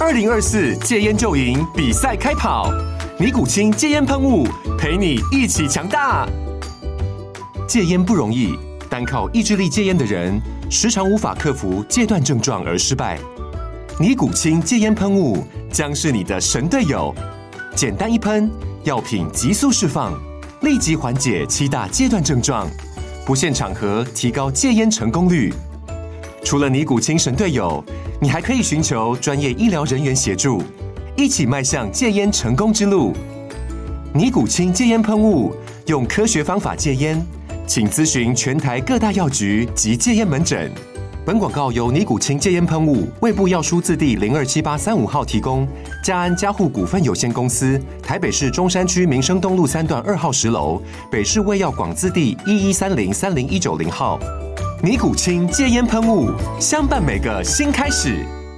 2024戒烟就赢比赛开跑，尼古清戒烟喷雾陪你一起强大。戒烟不容易，单靠意志力戒烟的人，时常无法克服戒断症状而失败。尼古清戒烟喷雾将是你的神队友，简单一喷，药品急速释放，立即缓解7大戒断症状，不限场合提高戒烟成功率。除了尼古清神队友，你还可以寻求专业医疗人员协助，一起迈向戒烟成功之路。尼古清戒烟喷雾，用科学方法戒烟，请咨询全台各大药局及戒烟门诊。本广告由尼古清戒烟喷雾、卫部药书字第027835号提供，嘉安嘉护股份有限公司，台北市中山区民生东路3段2号10楼，北市卫药广字第1130-30190号。尼古清戒烟喷雾，相伴每个新开始。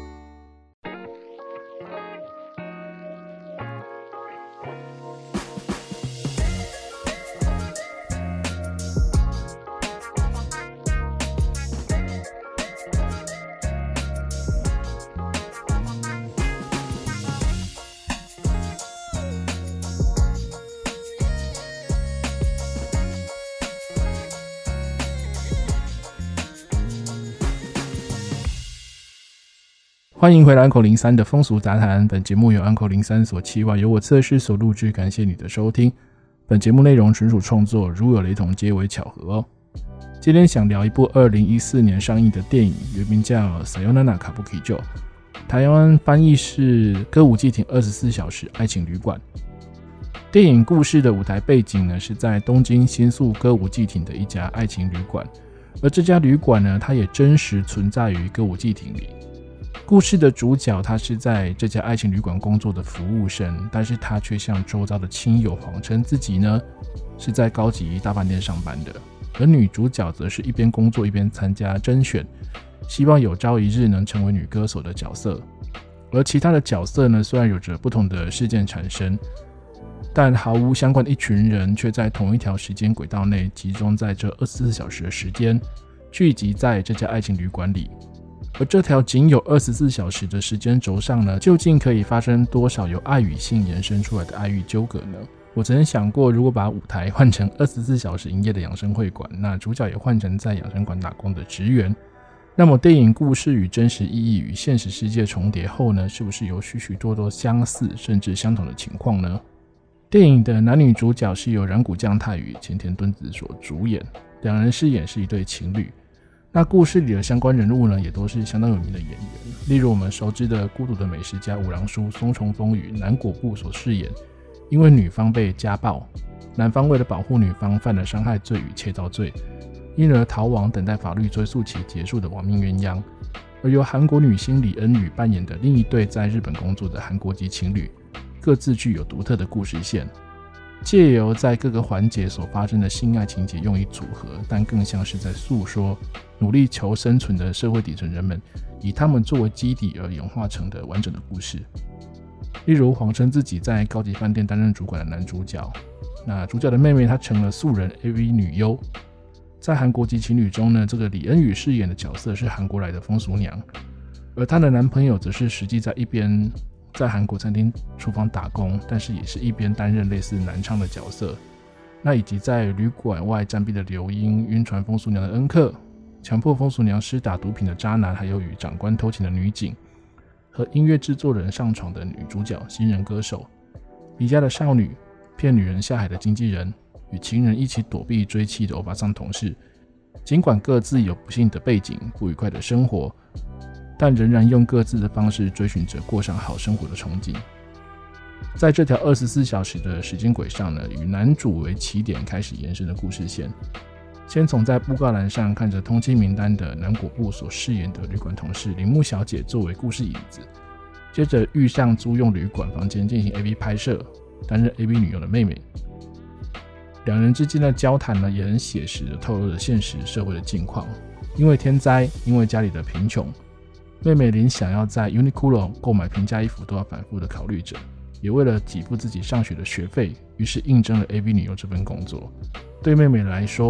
欢迎回来 Uncle 03的风俗杂谈，本节目由 Uncle 03所企划，由我测试所录制，感谢你的收听。本节目内容纯属创作，如有雷同皆为巧合哦。今天想聊一部2014年上映的电影，原名叫 Sayonara Kabukicho， 台湾翻译是歌舞伎町24小时爱情旅馆。电影故事的舞台背景呢，是在东京新宿歌舞伎町的一家爱情旅馆，而这家旅馆呢，它也真实存在于歌舞伎町里。故事的主角他是在这家爱情旅馆工作的服务生，但是他却向周遭的亲友谎称自己呢是在高级大饭店上班的，而女主角则是一边工作一边参加甄选，希望有朝一日能成为女歌手的角色。而其他的角色呢，虽然有着不同的事件产生，但毫无相关的一群人却在同一条时间轨道内，集中在这24小时的时间，聚集在这家爱情旅馆里。而这条仅有24小时的时间轴上呢，究竟可以发生多少由爱与性延伸出来的爱欲纠葛呢？我曾经想过，如果把舞台换成24小时营业的养生会馆，那主角也换成在养生馆打工的职员，那么电影故事与真实意义与现实世界重叠后呢，是不是有许许多多相似甚至相同的情况呢？电影的男女主角是由染谷将太与前田敦子所主演，两人饰演是一对情侣。那故事里的相关人物呢，也都是相当有名的演员，例如我们熟知的孤独的美食家五郎叔松重丰与南果步所饰演，因为女方被家暴，男方为了保护女方犯了伤害罪与窃盗罪，因而逃亡等待法律追诉期结束的亡命鸳鸯。而由韩国女星李恩宇扮演的另一对在日本工作的韩国籍情侣，各自具有独特的故事线，借由在各个环节所发生的性爱情节用以组合，但更像是在诉说努力求生存的社会底层人们以他们作为基底而演化成的完整的故事。例如谎称自己在高级饭店担任主管的男主角，那主角的妹妹她成了素人 AV 女优。在韩国籍情侣中呢，这个李恩宇饰演的角色是韩国来的风俗娘，而她的男朋友则是实际在一边在韩国餐厅厨房打工，但是也是一边担任类似男娼的角色。那以及在旅馆外暂避的流英、晕船风俗娘的恩客、强迫风俗娘施打毒品的渣男，还有与长官偷情的女警，和音乐制作人上床的女主角新人歌手，离家的少女、骗女人下海的经纪人，与情人一起躲避追妻的欧巴桑同事，尽管各自有不幸的背景、不愉快的生活，但仍然用各自的方式追寻着过上好生活的憧憬。在这条24小时的时间轨上呢，以男主为起点开始延伸的故事线，先从在布告栏上看着通缉名单的南果步所饰演的旅馆同事铃木小姐作为故事引子，接着遇上租用旅馆房间进行 AV 拍摄，担任 AV 女优的妹妹。两人之间的交谈呢，也很写实的透露了现实社会的境况。因为天灾，因为家里的贫穷，妹妹连想要在 Uniqlo 购买平价衣服都要反复的考虑着，也为了给付自己上学的学费，于是应征了 AV 女优这份工作。对妹妹来说，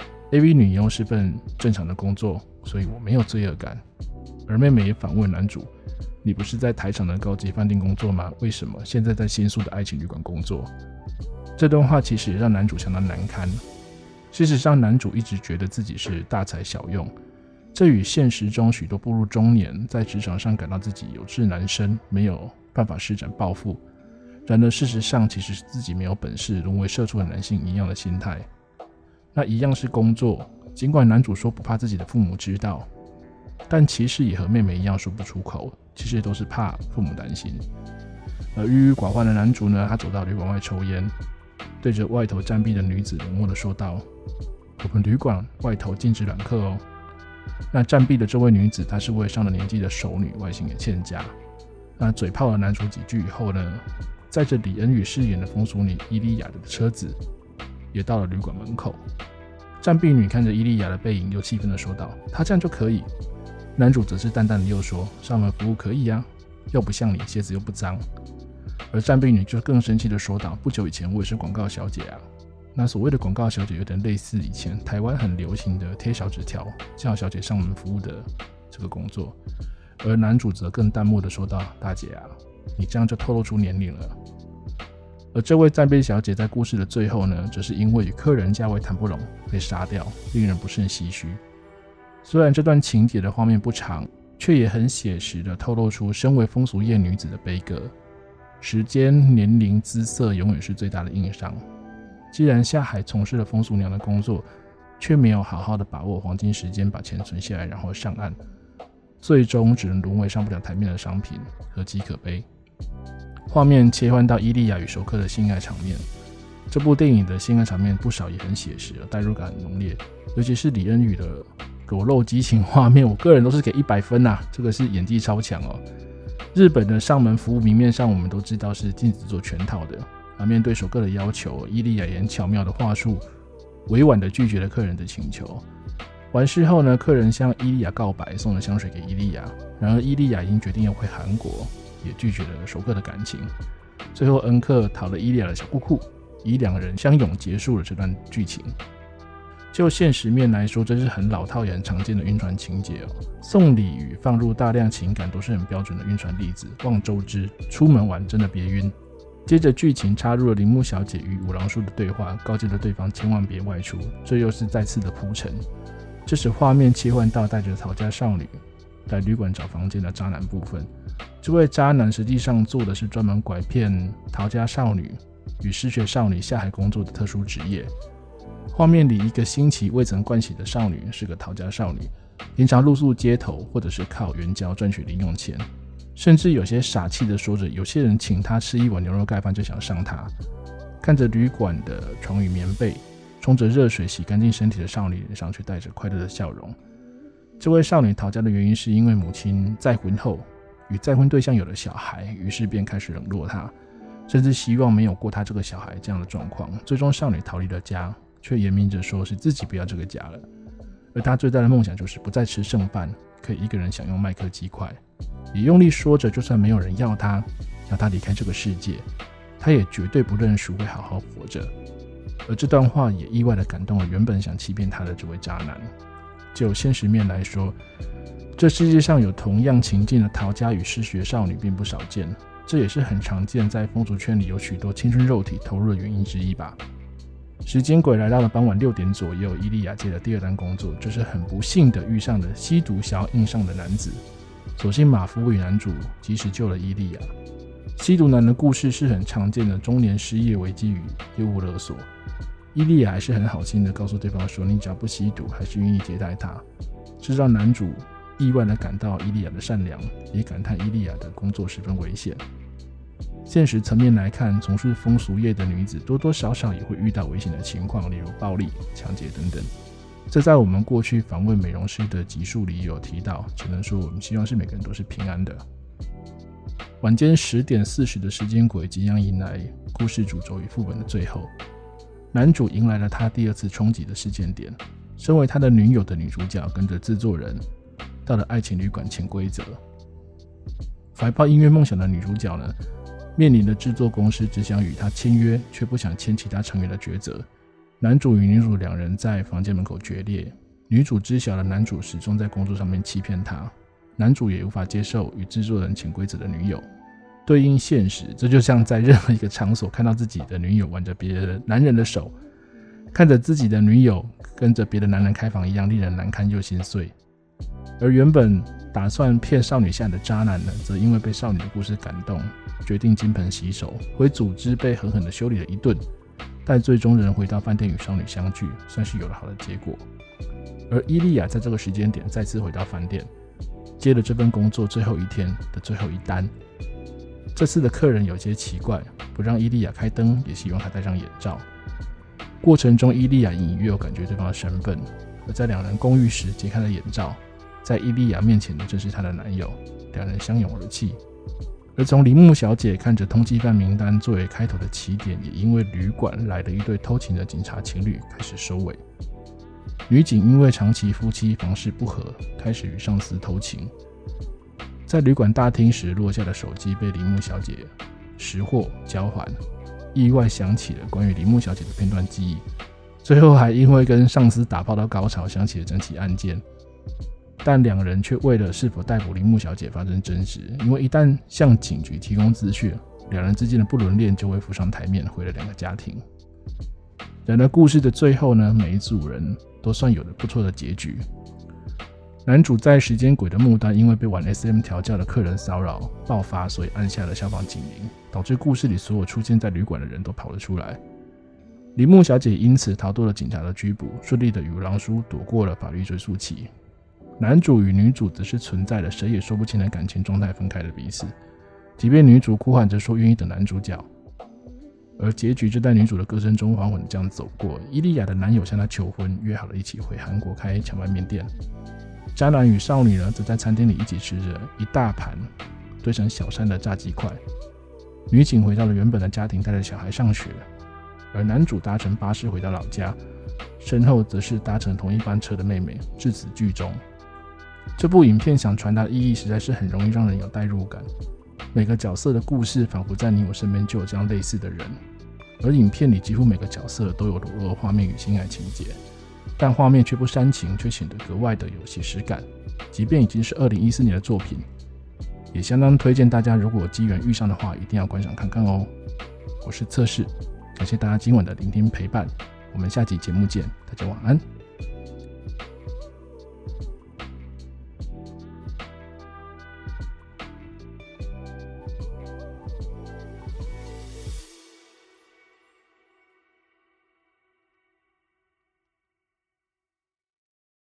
AV 女优是份正常的工作，所以我没有罪恶感。而妹妹也反问男主， 你不是在台场的高级饭店工作吗？为什么现在在新宿的爱情旅馆工作？这段话其实也让男主相当难堪。事实上，男主一直觉得自己是大材小用，这与现实中许多步入中年，在职场上感到自己有志难伸，没有办法施展抱负。然而事实上，其实是自己没有本事，沦为社畜的男性一样的心态。那一样是工作，尽管男主说不怕自己的父母知道，但其实也和妹妹一样说不出口，其实都是怕父母担心。而郁郁寡欢的男主呢，他走到旅馆外抽烟，对着外头站壁的女子冷漠地说道：“我们旅馆外头禁止揽客哦。”那站壁的这位女子，她是位上了年纪的熟女，外形也欠佳。那嘴炮了男主几句以后呢，载着李恩宇饰演的风俗女伊利亚的车子也到了旅馆门口。站壁女看着伊利亚的背影，又气愤地说道：“她这样就可以？”男主则是淡淡的又说：“上门服务可以啊，又不像你，鞋子又不脏。”而站壁女就更生气的说道：“不久以前我也是广告小姐啊。”那所谓的广告小姐有点类似以前台湾很流行的贴小纸条叫小姐上门服务的这个工作。而男主则更淡漠的说道：“大姐啊，你这样就透露出年龄了。”而这位站壁小姐在故事的最后呢，则是因为与客人价位谈不拢被杀掉，令人不甚唏嘘。虽然这段情节的画面不长，却也很写实的透露出身为风俗业女子的悲歌。时间、年龄、姿色永远是最大的硬伤。既然下海从事了风俗娘的工作，却没有好好的把握黄金时间把钱存下来，然后上岸，最终只能沦为上不了台面的商品，何其可悲。画面切换到伊利亚与熟客的性爱场面。这部电影的性爱场面不少也很写实，代入感很浓烈，尤其是李恩宇的裸露激情画面，我个人都是给100分啊，这个是演技超强哦。日本的上门服务明面上我们都知道是禁止做全套的，面对熟客的要求，伊利亚也很巧妙的话术，委婉的拒绝了客人的请求。完事后呢，客人向伊利亚告白，送了香水给伊利亚。然而伊利亚已经决定要回韩国，也拒绝了熟客的感情。最后恩客讨了伊利亚的小裤裤，以两人相拥结束了这段剧情。就现实面来说，这是很老套也很常见的晕船情节哦。送礼与放入大量情感都是很标准的晕船例子，望周知，出门玩真的别晕。接着剧情插入了铃木小姐与五郎叔的对话，告诫了对方千万别外出，这又是再次的铺陈。这时画面切换到带着逃家少女来旅馆找房间的渣男部分。这位渣男实际上做的是专门拐骗逃家少女与失学少女下海工作的特殊职业。画面里一个新奇未曾盥洗的少女是个逃家少女，平常露宿街头或者是靠援交赚取零用钱，甚至有些傻气的说着有些人请她吃一碗牛肉盖饭就想上她。看着旅馆的床与棉被，冲着热水洗干净身体的少女脸上却带着快乐的笑容。这位少女逃家的原因是因为母亲再婚后与再婚对象有了小孩，于是便开始冷落她，甚至希望没有过她这个小孩这样的状况。最终少女逃离了家，却言明着说是自己不要这个家了，而她最大的梦想就是不再吃剩饭，可以一个人享用麦克鸡块，也用力说着就算没有人要她离开这个世界，她也绝对不认输，会好好活着。而这段话也意外地感动了原本想欺骗她的这位渣男。就现实面来说，这世界上有同样情境的逃家与失学少女并不少见，这也是很常见在风俗圈里有许多青春肉体投入的原因之一吧。时间轨来到了傍晚6点左右，伊利亚接了第二单工作，这是很不幸的遇上了吸毒想要硬上的男子。所幸马夫与男主及时救了伊利亚。吸毒男的故事是很常见的中年失业危机与业务勒索。伊利亚还是很好心的告诉对方说，你只要不吸毒还是愿意接待他，这让男主意外的感到伊利亚的善良，也感叹伊利亚的工作十分危险。现实层面来看，从事风俗业的女子多多少少也会遇到危险的情况，例如暴力、抢劫等等。这在我们过去访问美容师的集数里有提到，只能说我们希望是每个人都是平安的。晚间10点40的时间轨即将迎来故事主轴与副本的最后，男主迎来了他第二次冲击的事件点。身为他的女友的女主角跟着制作人到了爱情旅馆潜规则。怀抱音乐梦想的女主角呢，面临的制作公司只想与她签约，却不想签其他成员的抉择。男主与女主两人在房间门口决裂，女主知晓了男主始终在工作上面欺骗她， 男主也无法接受与制作人潜规则的女友。对应现实，这就像在任何一个场所看到自己的女友挽着别的男人的手，看着自己的女友跟着别的男人开房一样，令人难堪又心碎。而原本打算骗少女下的渣男呢，则因为被少女的故事感动，决定金盆洗手，回组织被狠狠地修理了一顿，但最终仍回到饭店与少女相聚，算是有了好的结果。而伊利亚在这个时间点再次回到饭店，接了这份工作最后一天的最后一单。这次的客人有些奇怪，不让伊利亚开灯，也希望他戴上眼罩。过程中，伊利亚隐约有感觉对方的身份，而在两人共浴时揭开了眼罩，在伊利亚面前的正是她的男友，两人相拥而泣。而从铃木小姐看着通缉犯名单作为开头的起点，也因为旅馆来了一对偷情的警察情侣开始收尾。女警因为长期夫妻房事不和，开始与上司偷情。在旅馆大厅时落下的手机被铃木小姐拾获交还，意外想起了关于铃木小姐的片段记忆，最后还因为跟上司打炮到高潮想起了整起案件。但两人却为了是否逮捕铃木小姐发生争执，因为一旦向警局提供资讯，两人之间的不伦恋就会浮上台面，毁了两个家庭。然而故事的最后呢，每一组人都算有了不错的结局。男主在时间轨的末端因为被玩 SM 调教的客人骚扰爆发，所以按下了消防警铃，导致故事里所有出现在旅馆的人都跑了出来。铃木小姐因此逃脱了警察的拘捕，顺利的与狼叔躲过了法律追诉期。男主与女主则是存在了谁也说不清的感情状态，分开了彼此，即便女主哭喊着说愿意等男主角。而结局就在女主的歌声中缓缓这样走过。伊利亚的男友向她求婚，约好了一起回韩国开荞麦面店。渣男与少女呢，则在餐厅里一起吃着一大盘堆成小山的炸鸡块。女警回到了原本的家庭，带着小孩上学，而男主搭乘巴士回到老家，身后则是搭乘同一班车的妹妹。至此剧终。这部影片想传达的意义实在是很容易让人有代入感，每个角色的故事仿佛在你我身边就有这样类似的人，而影片里几乎每个角色都有裸露的画面与性爱情节，但画面却不煽情，却显得格外的有写实感。即便已经是2014年的作品，也相当推荐大家，如果有机缘遇上的话，一定要观赏看看哦。我是测试，感谢大家今晚的聆听陪伴，我们下期节目见，大家晚安。